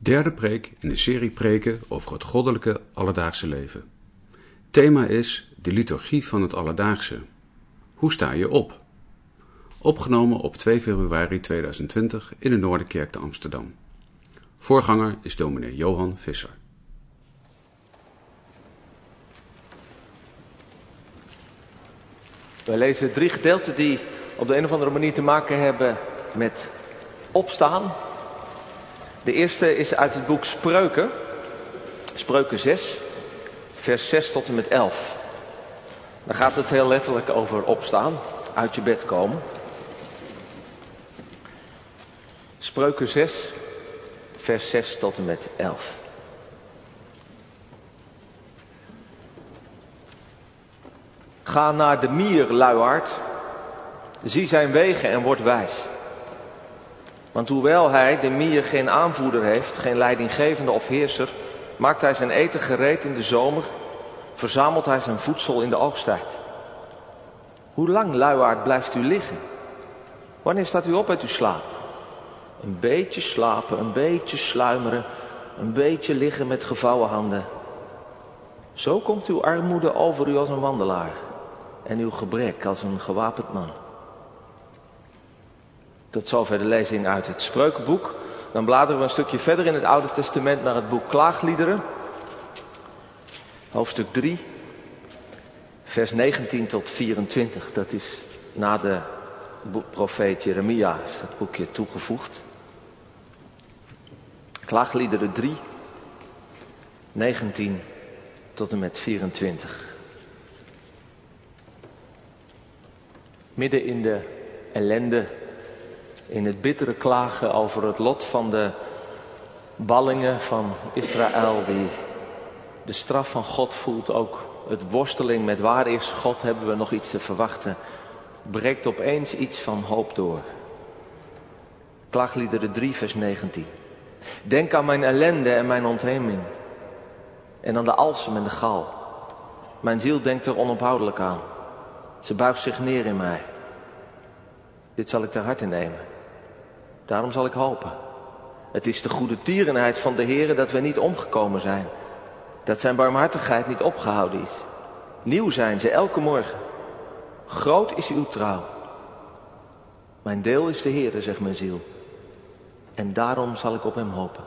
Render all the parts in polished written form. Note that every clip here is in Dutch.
Derde preek in de serie preken over het goddelijke alledaagse leven. Thema is de liturgie van het alledaagse. Hoe sta je op? Opgenomen op 2 februari 2020 in de Noorderkerk te Amsterdam. Voorganger is dominee Johan Visser. Wij lezen 3 gedeelten die op de een of andere manier te maken hebben met opstaan. De eerste is uit het boek Spreuken. Spreuken 6, vers 6 tot en met 11. Dan gaat het heel letterlijk over opstaan, uit je bed komen. Spreuken 6, vers 6 tot en met 11. Ga naar de mier, luiaard. Zie zijn wegen en word wijs. Want hoewel hij, de mier, geen aanvoerder heeft, geen leidinggevende of heerser, maakt hij zijn eten gereed in de zomer, verzamelt hij zijn voedsel in de oogsttijd. Hoe lang, luiaard, blijft u liggen? Wanneer staat u op uit uw slaap? Een beetje slapen, een beetje sluimeren, een beetje liggen met gevouwen handen. Zo komt uw armoede over u als een wandelaar en uw gebrek als een gewapend man. Tot zover de lezing uit het Spreukenboek. Dan bladeren we een stukje verder in het Oude Testament naar het boek Klaagliederen. Hoofdstuk 3, vers 19 tot 24. Dat is na de profeet Jeremia, is dat boekje toegevoegd. Klaagliederen 3, 19 tot en met 24. Midden in de ellende, in het bittere klagen over het lot van de ballingen van Israël, die de straf van God voelt, ook het worsteling met waar is God, hebben we nog iets te verwachten, breekt opeens iets van hoop door. Klaagliederen 3, vers 19. Denk aan mijn ellende en mijn ontheeming en aan de alsem en de gal. Mijn ziel denkt er onophoudelijk aan. Ze buigt zich neer in mij. Dit zal ik ter harte nemen. Daarom zal ik hopen. Het is de goede tierenheid van de Heere dat we niet omgekomen zijn. Dat zijn barmhartigheid niet opgehouden is. Nieuw zijn ze elke morgen. Groot is uw trouw. Mijn deel is de Heere, zegt mijn ziel. En daarom zal ik op hem hopen.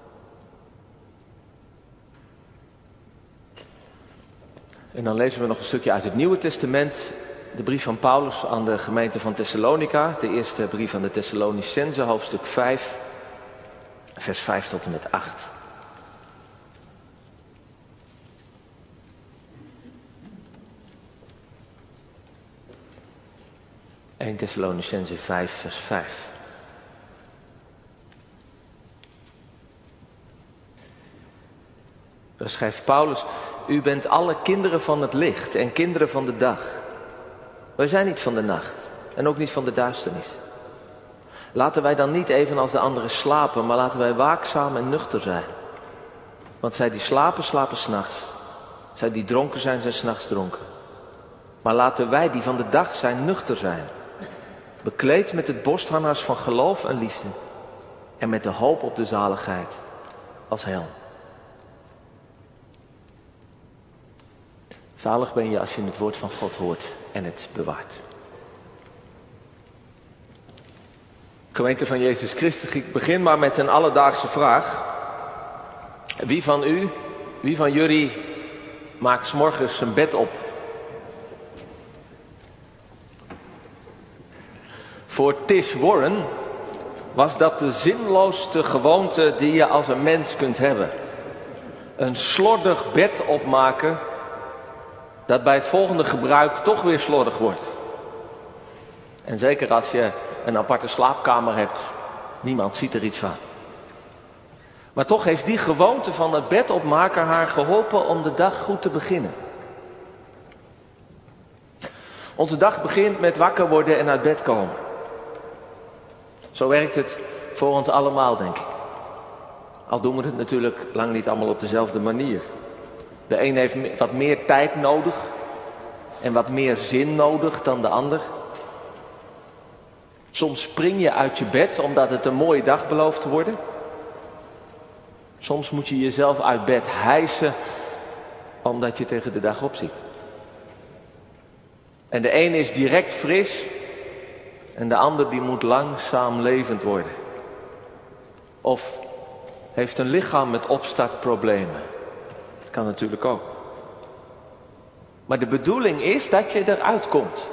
En dan lezen we nog een stukje uit het Nieuwe Testament. De brief van Paulus aan de gemeente van Thessalonica. De eerste brief aan de Thessalonicenzen, hoofdstuk 5, vers 5 tot en met 8. (1 Thessalonicenzen 5, vers 5). Daar schrijft Paulus: U bent alle kinderen van het licht en kinderen van de dag. Wij zijn niet van de nacht en ook niet van de duisternis. Laten wij dan niet evenals de anderen slapen, maar laten wij waakzaam en nuchter zijn. Want zij die slapen, slapen 's nachts. Zij die dronken zijn, zijn 's nachts dronken. Maar laten wij die van de dag zijn, nuchter zijn. Bekleed met het borstharnas van geloof en liefde. En met de hoop op de zaligheid als helm. Zalig ben je als je het woord van God hoort en het bewaart. Gemeente van Jezus Christus, ik begin maar met een alledaagse vraag. Wie van jullie maakt 's morgens zijn bed op? Voor Tish Warren was dat de zinloosste gewoonte die je als een mens kunt hebben. Een slordig bed opmaken dat bij het volgende gebruik toch weer slordig wordt. En zeker als je een aparte slaapkamer hebt, niemand ziet er iets van. Maar toch heeft die gewoonte van het bed opmaken haar geholpen om de dag goed te beginnen. Onze dag begint met wakker worden en uit bed komen. Zo werkt het voor ons allemaal, denk ik. Al doen we het natuurlijk lang niet allemaal op dezelfde manier. De een heeft wat meer tijd nodig en wat meer zin nodig dan de ander. Soms spring je uit je bed omdat het een mooie dag belooft te worden. Soms moet je jezelf uit bed hijsen omdat je tegen de dag opziet. En de een is direct fris en de ander die moet langzaam levend worden. Of heeft een lichaam met opstartproblemen. Dat kan natuurlijk ook. Maar de bedoeling is dat je eruit komt.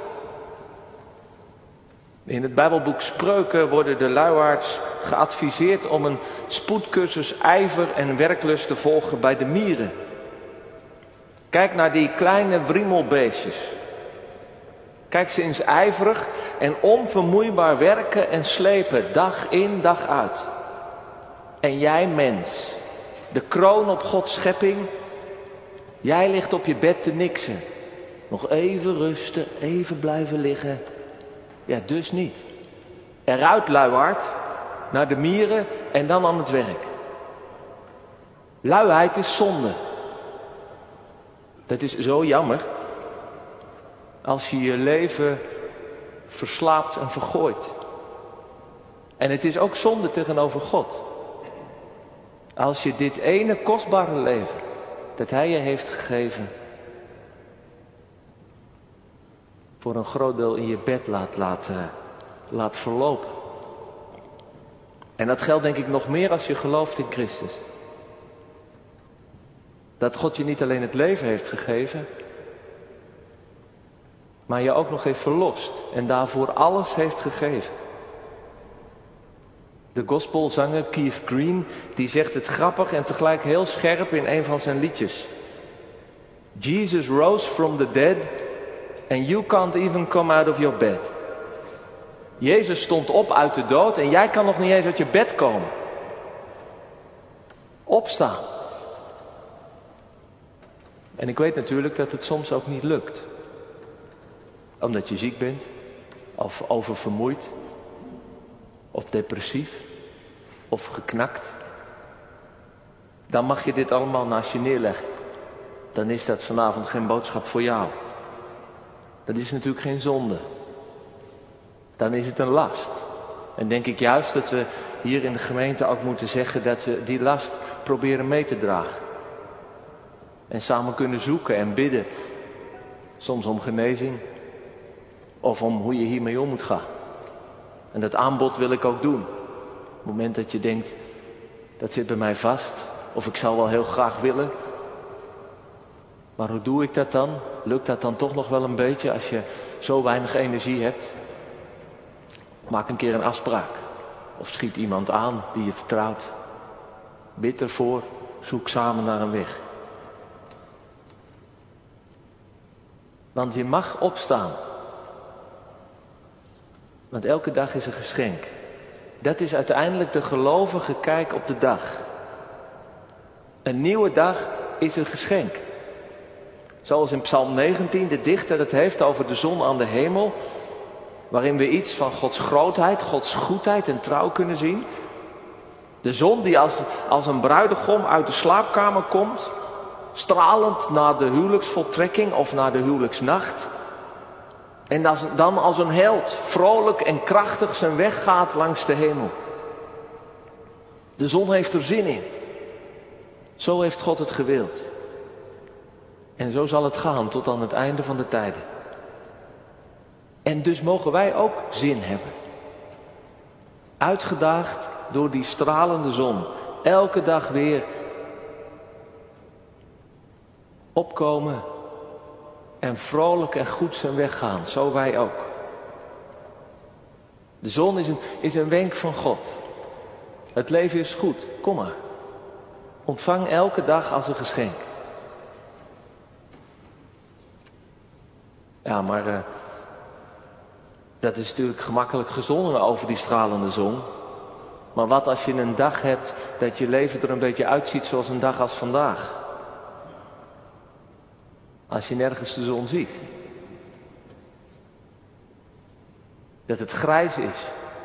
In het Bijbelboek Spreuken worden de luiaards geadviseerd om een spoedcursus ijver en werklust te volgen bij de mieren. Kijk naar die kleine wriemelbeestjes. Kijk ze eens ijverig en onvermoeibaar werken en slepen, dag in dag uit. En jij mens, de kroon op Gods schepping, jij ligt op je bed te niksen. Nog even rusten, even blijven liggen. Ja, dus niet. Eruit luiaard, naar de mieren en dan aan het werk. Luiheid is zonde. Dat is zo jammer. Als je je leven verslaapt en vergooit. En het is ook zonde tegenover God. Als je dit ene kostbare leven dat Hij je heeft gegeven, voor een groot deel in je bed laat verlopen. En dat geldt denk ik nog meer als je gelooft in Christus. Dat God je niet alleen het leven heeft gegeven, maar je ook nog heeft verlost en daarvoor alles heeft gegeven. De gospelzanger Keith Green, die zegt het grappig en tegelijk heel scherp in een van zijn liedjes. Jesus rose from the dead and you can't even come out of your bed. Jezus stond op uit de dood en jij kan nog niet eens uit je bed komen. Opstaan. En ik weet natuurlijk dat het soms ook niet lukt. Omdat je ziek bent, of oververmoeid, of depressief, of geknakt. Dan mag je dit allemaal naast je neerleggen. Dan is dat vanavond geen boodschap voor jou. Dat is natuurlijk geen zonde. Dan is het een last. En denk ik juist dat we hier in de gemeente ook moeten zeggen dat we die last proberen mee te dragen. En samen kunnen zoeken en bidden. Soms om genezing. Of om hoe je hiermee om moet gaan. En dat aanbod wil ik ook doen. Op het moment dat je denkt, dat zit bij mij vast. Of ik zou wel heel graag willen. Maar hoe doe ik dat dan? Lukt dat dan toch nog wel een beetje als je zo weinig energie hebt? Maak een keer een afspraak. Of schiet iemand aan die je vertrouwt. Bid ervoor, zoek samen naar een weg. Want je mag opstaan. Want elke dag is een geschenk. Dat is uiteindelijk de gelovige kijk op de dag. Een nieuwe dag is een geschenk. Zoals in Psalm 19 de dichter het heeft over de zon aan de hemel. Waarin we iets van Gods grootheid, Gods goedheid en trouw kunnen zien. De zon die als een bruidegom uit de slaapkamer komt. Stralend naar de huwelijksvoltrekking of naar de huwelijksnacht. En dan als een held vrolijk en krachtig zijn weg gaat langs de hemel. De zon heeft er zin in. Zo heeft God het gewild. En zo zal het gaan tot aan het einde van de tijden. En dus mogen wij ook zin hebben. Uitgedaagd door die stralende zon. Elke dag weer opkomen en vrolijk en goed zijn weg gaan. Zo wij ook. De zon is een wenk van God. Het leven is goed. Kom maar. Ontvang elke dag als een geschenk. Ja, maar dat is natuurlijk gemakkelijk gezongen over die stralende zon. Maar wat als je een dag hebt dat je leven er een beetje uitziet zoals een dag als vandaag? Als je nergens de zon ziet. Dat het grijs is.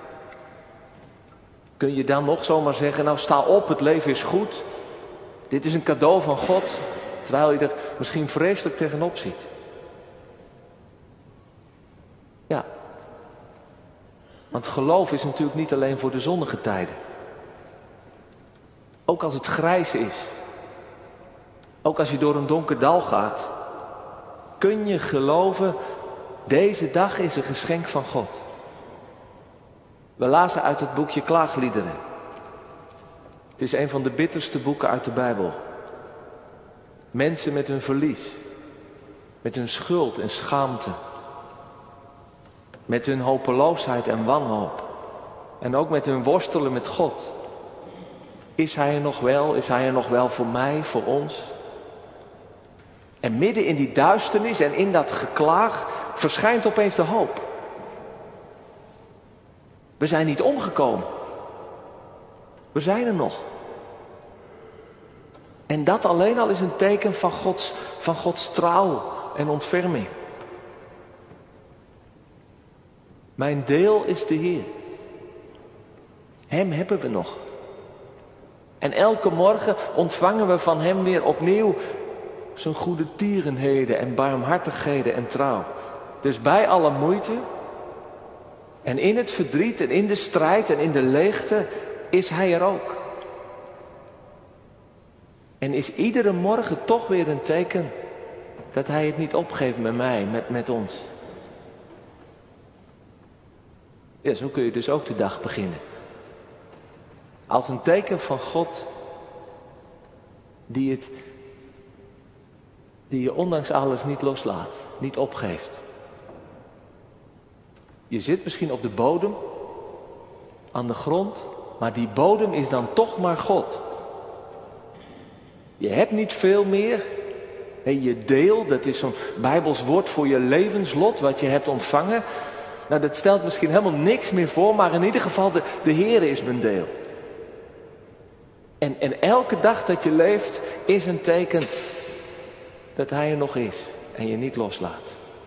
Kun je dan nog zomaar zeggen, nou sta op, het leven is goed. Dit is een cadeau van God. Terwijl je er misschien vreselijk tegenop ziet. Ja. Want geloof is natuurlijk niet alleen voor de zonnige tijden. Ook als het grijs is. Ook als je door een donker dal gaat. Kun je geloven, deze dag is een geschenk van God. We lazen uit het boekje Klaagliederen. Het is een van de bitterste boeken uit de Bijbel. Mensen met hun verlies. Met hun schuld en schaamte. Met hun hopeloosheid en wanhoop. En ook met hun worstelen met God. Is Hij er nog wel? Is Hij er nog wel voor mij, voor ons? En midden in die duisternis en in dat geklaag verschijnt opeens de hoop. We zijn niet omgekomen. We zijn er nog. En dat alleen al is een teken van Gods trouw en ontferming. Mijn deel is de Heer. Hem hebben we nog. En elke morgen ontvangen we van Hem weer opnieuw zijn goede tierenheden en barmhartigheden en trouw. Dus bij alle moeite en in het verdriet en in de strijd en in de leegte is Hij er ook. En is iedere morgen toch weer een teken dat Hij het niet opgeeft met mij, met ons. Ja, zo kun je dus ook de dag beginnen. Als een teken van God die je ondanks alles niet loslaat, niet opgeeft. Je zit misschien op de bodem, aan de grond, maar die bodem is dan toch maar God. Je hebt niet veel meer. Je deel, dat is zo'n Bijbels woord voor je levenslot, wat je hebt ontvangen. Nou, dat stelt misschien helemaal niks meer voor, maar in ieder geval de Heere is mijn deel. En elke dag dat je leeft is een teken dat Hij er nog is en je niet loslaat.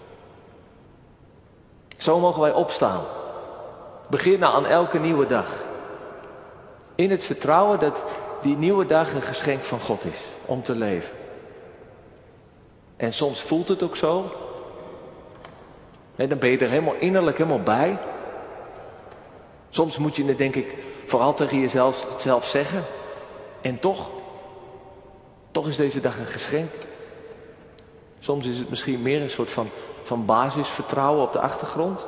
Zo mogen wij opstaan. Beginnen aan elke nieuwe dag. In het vertrouwen dat die nieuwe dag een geschenk van God is om te leven. En soms voelt het ook zo. Nee, dan ben je er innerlijk helemaal bij. Soms moet je het denk ik vooral tegen jezelf zeggen. En toch is deze dag een geschenk. Soms is het misschien meer een soort van basisvertrouwen op de achtergrond.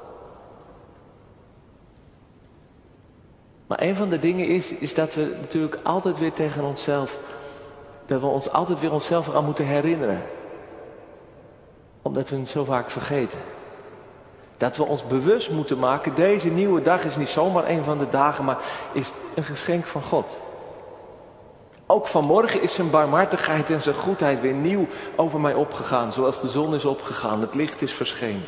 Maar een van de dingen is dat we natuurlijk altijd weer tegen onszelf, dat we ons altijd weer onszelf eraan moeten herinneren. Omdat we het zo vaak vergeten. Dat we ons bewust moeten maken, deze nieuwe dag is niet zomaar een van de dagen, maar is een geschenk van God. Ook vanmorgen is zijn barmhartigheid en zijn goedheid weer nieuw over mij opgegaan. Zoals de zon is opgegaan, het licht is verschenen.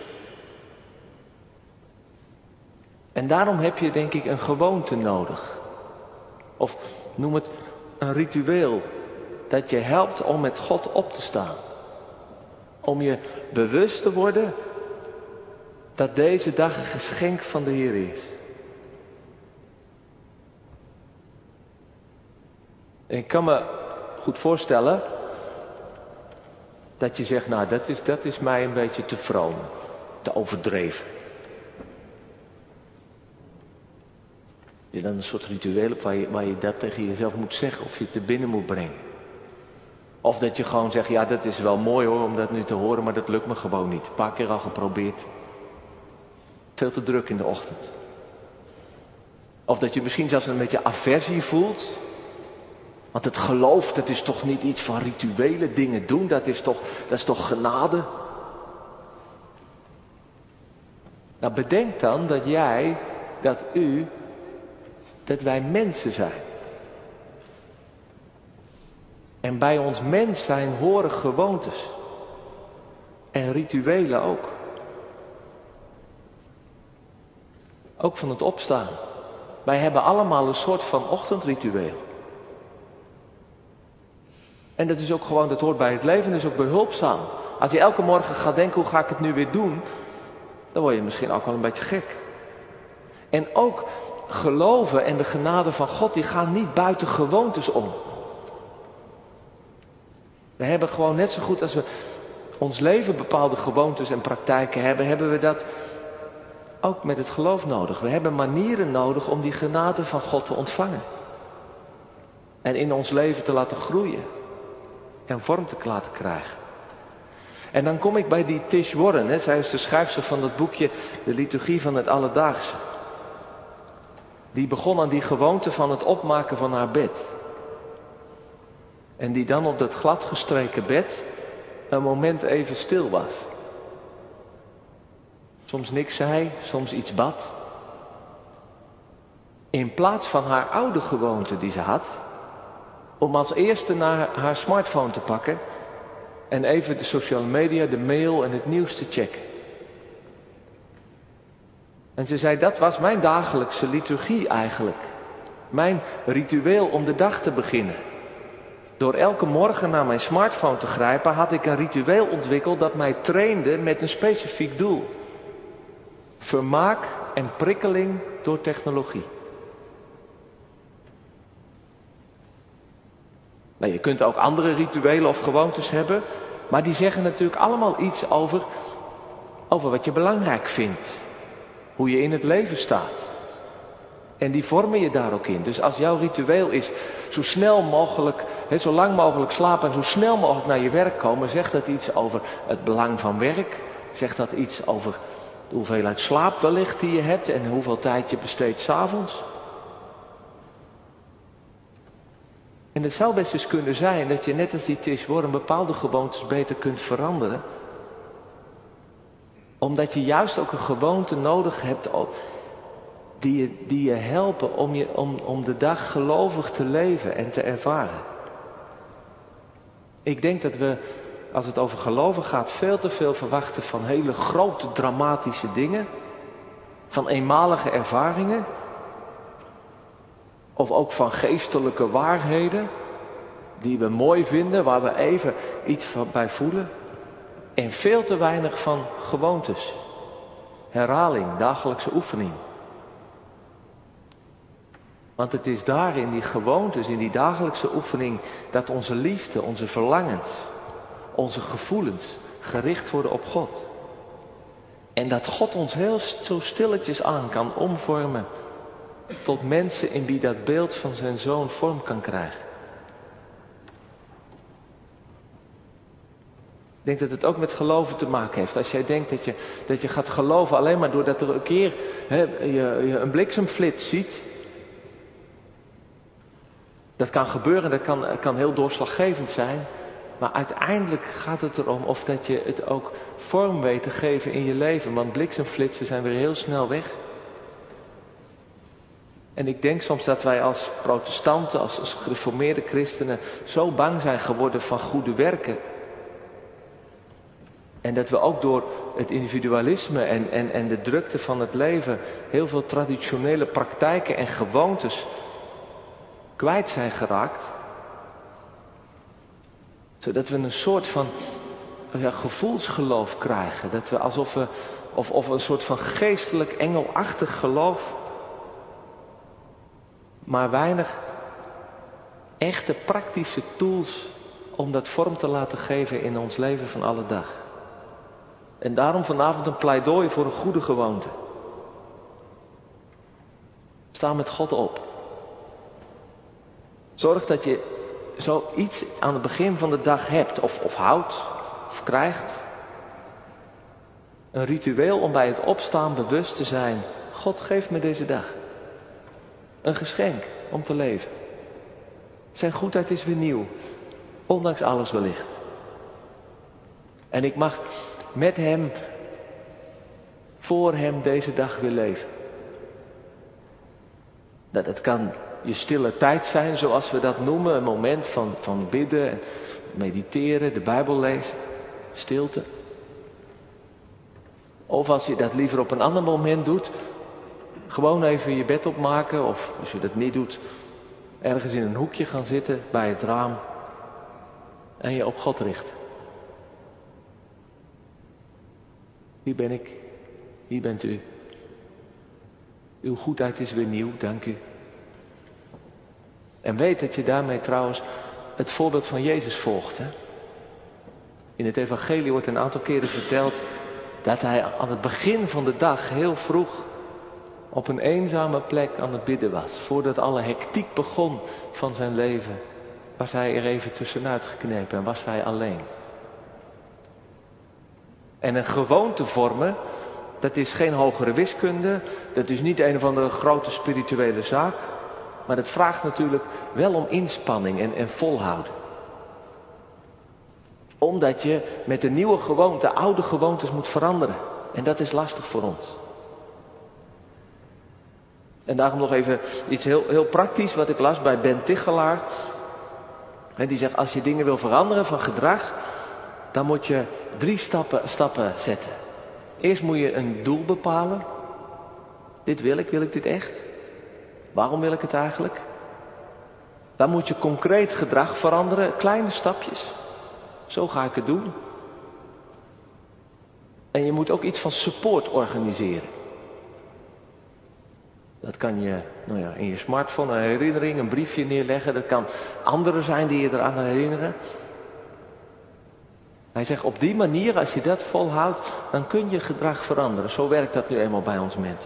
En daarom heb je denk ik een gewoonte nodig. Of noem het een ritueel. Dat je helpt om met God op te staan. Om je bewust te worden dat deze dag een geschenk van de Heer is. En ik kan me goed voorstellen dat je zegt, nou dat is mij een beetje te vroom, te overdreven. Je dan een soort ritueel hebt waar je dat tegen jezelf moet zeggen of je het er binnen moet brengen. Of dat je gewoon zegt, ja dat is wel mooi hoor om dat nu te horen, maar dat lukt me gewoon niet. Een paar keer al geprobeerd. Veel te druk in de ochtend. Of dat je misschien zelfs een beetje aversie voelt. Want het geloof, dat is toch niet iets van rituele dingen doen. Dat is toch genade. Nou bedenk dan dat wij mensen zijn. En bij ons mens zijn horen gewoontes. En rituelen ook. Ook van het opstaan. Wij hebben allemaal een soort van ochtendritueel. En dat is ook gewoon, dat hoort bij het leven, dat is ook behulpzaam. Als je elke morgen gaat denken, hoe ga ik het nu weer doen? Dan word je misschien ook wel een beetje gek. En ook geloven en de genade van God, die gaan niet buiten gewoontes om. We hebben gewoon net zo goed als we ons leven bepaalde gewoontes en praktijken hebben we dat ook met het geloof nodig. We hebben manieren nodig om die genade van God te ontvangen. En in ons leven te laten groeien. En vorm te laten krijgen. En dan kom ik bij die Tish Warren. Zij is de schrijfster van dat boekje De Liturgie van het Alledaagse. Die begon aan die gewoonte van het opmaken van haar bed. En die dan op dat gladgestreken bed een moment even stil was. Soms niks zei, soms iets bad. In plaats van haar oude gewoonte die ze had, om als eerste naar haar smartphone te pakken en even de sociale media, de mail en het nieuws te checken. En ze zei, dat was mijn dagelijkse liturgie eigenlijk. Mijn ritueel om de dag te beginnen. Door elke morgen naar mijn smartphone te grijpen had ik een ritueel ontwikkeld dat mij trainde met een specifiek doel. Vermaak en prikkeling door technologie. Nou, je kunt ook andere rituelen of gewoontes hebben, maar die zeggen natuurlijk allemaal iets over wat je belangrijk vindt. Hoe je in het leven staat. En die vormen je daar ook in. Dus als jouw ritueel is zo snel mogelijk, zo lang mogelijk slapen en zo snel mogelijk naar je werk komen, zegt dat iets over het belang van werk. Zegt dat iets over de hoeveelheid slaap wellicht die je hebt en hoeveel tijd je besteedt 's avonds. En het zou best eens kunnen zijn dat je net als die Tish Warren bepaalde gewoontes beter kunt veranderen. Omdat je juist ook een gewoonte nodig hebt die je helpen om de dag gelovig te leven en te ervaren. Ik denk dat we, als het over geloven gaat, veel te veel verwachten van hele grote dramatische dingen. Van eenmalige ervaringen. Of ook van geestelijke waarheden. Die we mooi vinden, waar we even iets bij voelen. En veel te weinig van gewoontes. Herhaling, dagelijkse oefening. Want het is daar in die gewoontes, in die dagelijkse oefening, dat onze liefde, onze verlangens, onze gevoelens gericht worden op God. En dat God ons heel zo stilletjes aan kan omvormen tot mensen in wie dat beeld van zijn zoon vorm kan krijgen. Ik denk dat het ook met geloven te maken heeft. Als jij denkt dat je gaat geloven alleen maar doordat er een keer je een bliksemflits ziet. Dat kan gebeuren, dat kan heel doorslaggevend zijn. Maar uiteindelijk gaat het erom of dat je het ook vorm weet te geven in je leven. Want bliksemflitsen zijn weer heel snel weg. En ik denk soms dat wij als protestanten, als gereformeerde christenen, zo bang zijn geworden van goede werken. En dat we ook door het individualisme en de drukte van het leven heel veel traditionele praktijken en gewoontes kwijt zijn geraakt. Zodat we een soort van gevoelsgeloof krijgen. Dat we alsof we, of een soort van geestelijk engelachtig geloof. Maar weinig echte praktische tools om dat vorm te laten geven in ons leven van alle dag. En daarom vanavond een pleidooi voor een goede gewoonte. Sta met God op. Zorg dat je zoiets aan het begin van de dag hebt, of houdt, of krijgt. Een ritueel om bij het opstaan bewust te zijn. God geeft me deze dag. Een geschenk om te leven. Zijn goedheid is weer nieuw. Ondanks alles wellicht. En ik mag met hem, voor hem deze dag weer leven. Dat kan je stille tijd zijn, zoals we dat noemen. Een moment van bidden, en mediteren, de Bijbel lezen, stilte. Of als je dat liever op een ander moment doet, gewoon even je bed opmaken. Of als je dat niet doet, ergens in een hoekje gaan zitten bij het raam. En je op God richten. Hier ben ik, hier bent u. Uw goedheid is weer nieuw, dank u. En weet dat je daarmee trouwens het voorbeeld van Jezus volgt. Hè? In het evangelie wordt een aantal keren verteld dat hij aan het begin van de dag heel vroeg op een eenzame plek aan het bidden was. Voordat alle hectiek begon van zijn leven, was hij er even tussenuit geknepen en was hij alleen. En een gewoonte vormen, dat is geen hogere wiskunde, dat is niet een of andere grote spirituele zaak, maar het vraagt natuurlijk wel om inspanning en volhouden. Omdat je met de nieuwe gewoonte oude gewoontes moet veranderen. En dat is lastig voor ons. En daarom nog even iets heel praktisch wat ik las bij Ben Tichelaar. En die zegt, als je dingen wil veranderen van gedrag, dan moet je 3 stappen zetten. Eerst moet je een doel bepalen. Dit wil ik dit echt? Waarom wil ik het eigenlijk? Dan moet je concreet gedrag veranderen, kleine stapjes. Zo ga ik het doen. En je moet ook iets van support organiseren. Dat kan je in je smartphone een herinnering, een briefje neerleggen. Dat kan anderen zijn die je eraan herinneren. Hij zegt, op die manier, als je dat volhoudt, dan kun je gedrag veranderen. Zo werkt dat nu eenmaal bij ons mens.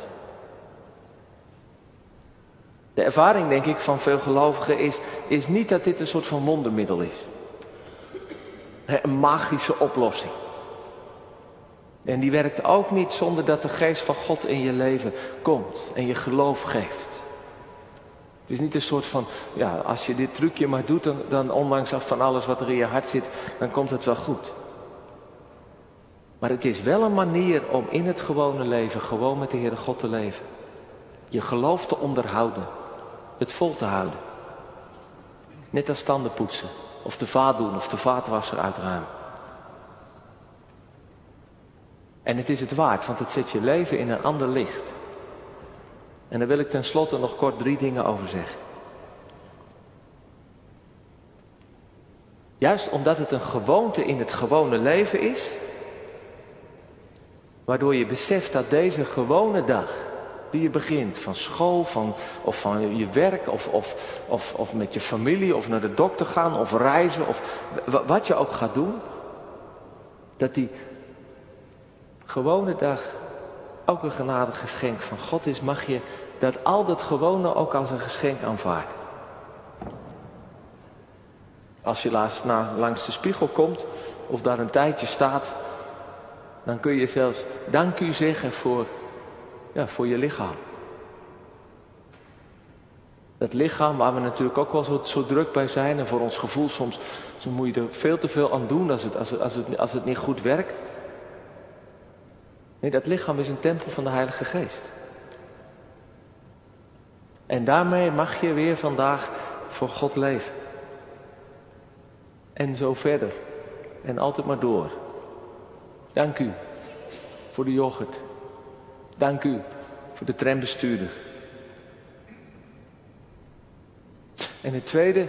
De ervaring, denk ik, van veel gelovigen is niet dat dit een soort van wondermiddel is. Een magische oplossing. En die werkt ook niet zonder dat de geest van God in je leven komt en je geloof geeft. Het is niet een soort van, als je dit trucje maar doet, dan ondanks van alles wat er in je hart zit, dan komt het wel goed. Maar het is wel een manier om in het gewone leven gewoon met de Heere God te leven. Je geloof te onderhouden. Het vol te houden. Net als tanden poetsen. Of de vaat doen of de vaatwasser uitruimen. En het is het waard, want het zet je leven in een ander licht. En daar wil ik tenslotte nog kort 3 dingen over zeggen. Juist omdat het een gewoonte in het gewone leven is, waardoor je beseft dat deze gewone dag, die je begint, van school, of van je werk, of met je familie, of naar de dokter gaan, of reizen, of wat je ook gaat doen, dat die gewone dag ook een genadig geschenk van God is, mag je dat al dat gewone ook als een geschenk aanvaarden. Als je langs de spiegel komt, of daar een tijdje staat, dan kun je zelfs dank u zeggen voor je lichaam. Dat lichaam waar we natuurlijk ook wel zo druk bij zijn. En voor ons gevoel soms moet je er veel te veel aan doen als het niet goed werkt. Nee, dat lichaam is een tempel van de Heilige Geest. En daarmee mag je weer vandaag voor God leven. En zo verder. En altijd maar door. Dank u voor de yoghurt. Dank u voor de trambestuurder. En het tweede,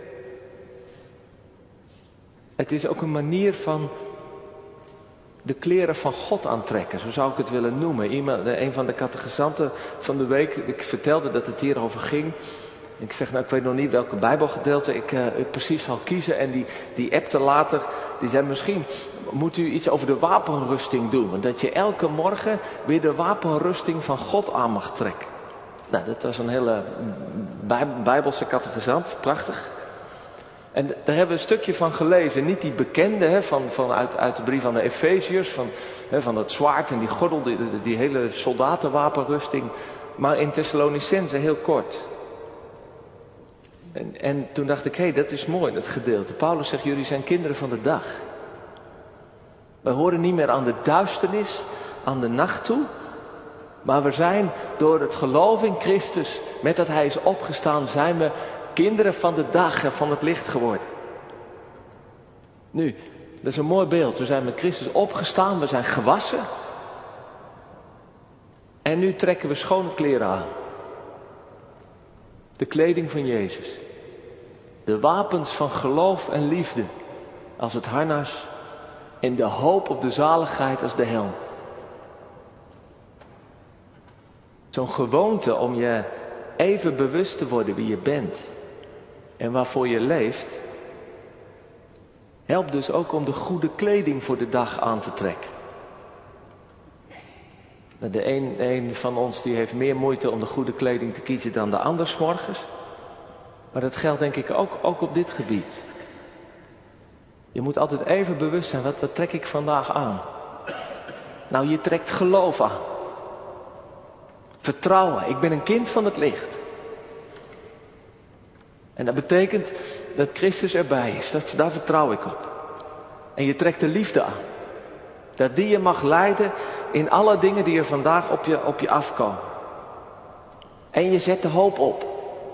het is ook een manier van de kleren van God aantrekken. Zo zou ik het willen noemen. Een van de catechisanten van de week, ik vertelde dat het hierover ging. Ik zeg, ik weet nog niet welke Bijbelgedeelte ik precies zal kiezen. En die appte later, die zei, misschien moet u iets over de wapenrusting doen. Want dat je elke morgen weer de wapenrusting van God aan mag trekken. Nou, dat was een hele Bijbelse catechisant, prachtig. En daar hebben we een stukje van gelezen. Niet die bekende uit de brief aan de Efeziërs, van dat zwaard en die gordel, die hele soldatenwapenrusting. Maar in Thessalonicense heel kort. En toen dacht ik, dat is mooi, dat gedeelte. Paulus zegt, jullie zijn kinderen van de dag. Wij horen niet meer aan de duisternis, aan de nacht toe. Maar we zijn door het geloof in Christus, met dat hij is opgestaan, zijn we kinderen van de dag en van het licht geworden. Nu, dat is een mooi beeld. We zijn met Christus opgestaan, we zijn gewassen. En nu trekken we schone kleren aan. De kleding van Jezus. De wapens van geloof en liefde als het harnas en de hoop op de zaligheid als de helm. Zo'n gewoonte om je even bewust te worden wie je bent en waarvoor je leeft, helpt dus ook om de goede kleding voor de dag aan te trekken. De een van ons die heeft meer moeite om de goede kleding te kiezen dan de ander 's morgens. Maar dat geldt denk ik ook op dit gebied. Je moet altijd even bewust zijn, wat trek ik vandaag aan? Nou, je trekt geloof aan. Vertrouwen, ik ben een kind van het licht. En dat betekent dat Christus erbij is, daar vertrouw ik op. En je trekt de liefde aan. Dat die je mag leiden in alle dingen die er vandaag op je afkomen. En je zet de hoop op.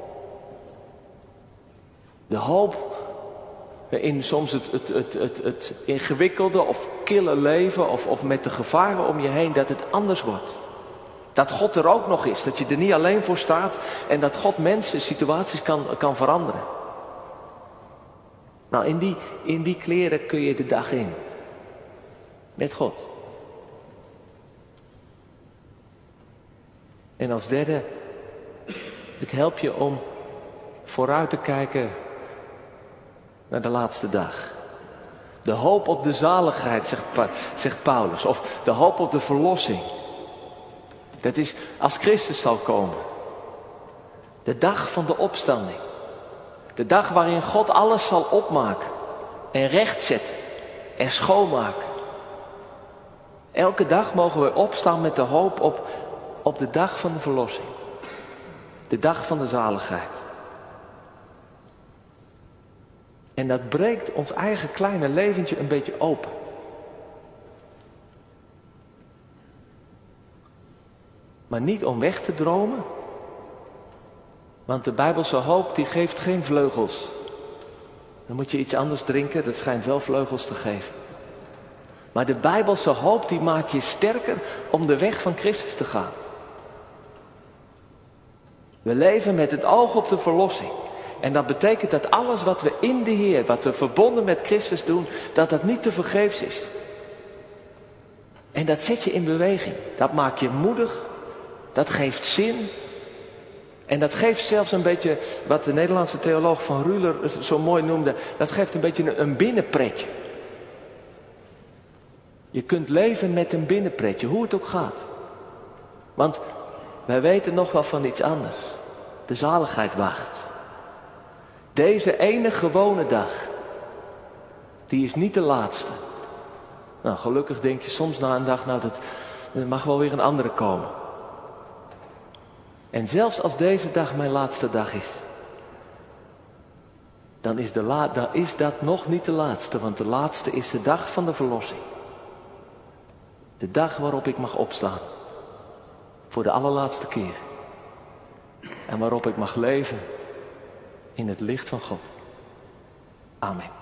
De hoop in soms het ingewikkelde of kille leven of met de gevaren om je heen, dat het anders wordt. Dat God er ook nog is, dat je er niet alleen voor staat en dat God mensen, situaties kan veranderen. Nou, in die kleren kun je de dag in. Met God. En als derde, het helpt je om vooruit te kijken naar de laatste dag. De hoop op de zaligheid, zegt Paulus. Of de hoop op de verlossing. Dat is als Christus zal komen. De dag van de opstanding. De dag waarin God alles zal opmaken. En rechtzetten. En schoonmaken. Elke dag mogen we opstaan met de hoop op de dag van de verlossing. De dag van de zaligheid. En dat breekt ons eigen kleine leventje een beetje open. Maar niet om weg te dromen. Want de Bijbelse hoop die geeft geen vleugels. Dan moet je iets anders drinken, dat schijnt wel vleugels te geven. Maar de Bijbelse hoop die maakt je sterker om de weg van Christus te gaan. We leven met het oog op de verlossing. En dat betekent dat alles wat we in de Heer, wat we verbonden met Christus doen, dat dat niet te vergeefs is. En dat zet je in beweging. Dat maakt je moedig. Dat geeft zin. En dat geeft zelfs een beetje, wat de Nederlandse theoloog Van Ruler zo mooi noemde, dat geeft een beetje een binnenpretje. Je kunt leven met een binnenpretje, hoe het ook gaat. Want wij weten nog wel van iets anders. De zaligheid wacht. Deze ene gewone dag, die is niet de laatste. Nou, gelukkig denk je soms na een dag, nou, er mag wel weer een andere komen. En zelfs als deze dag mijn laatste dag is, dan is dat nog niet de laatste, want de laatste is de dag van de verlossing. De dag waarop ik mag opstaan, voor de allerlaatste keer. En waarop ik mag leven in het licht van God. Amen.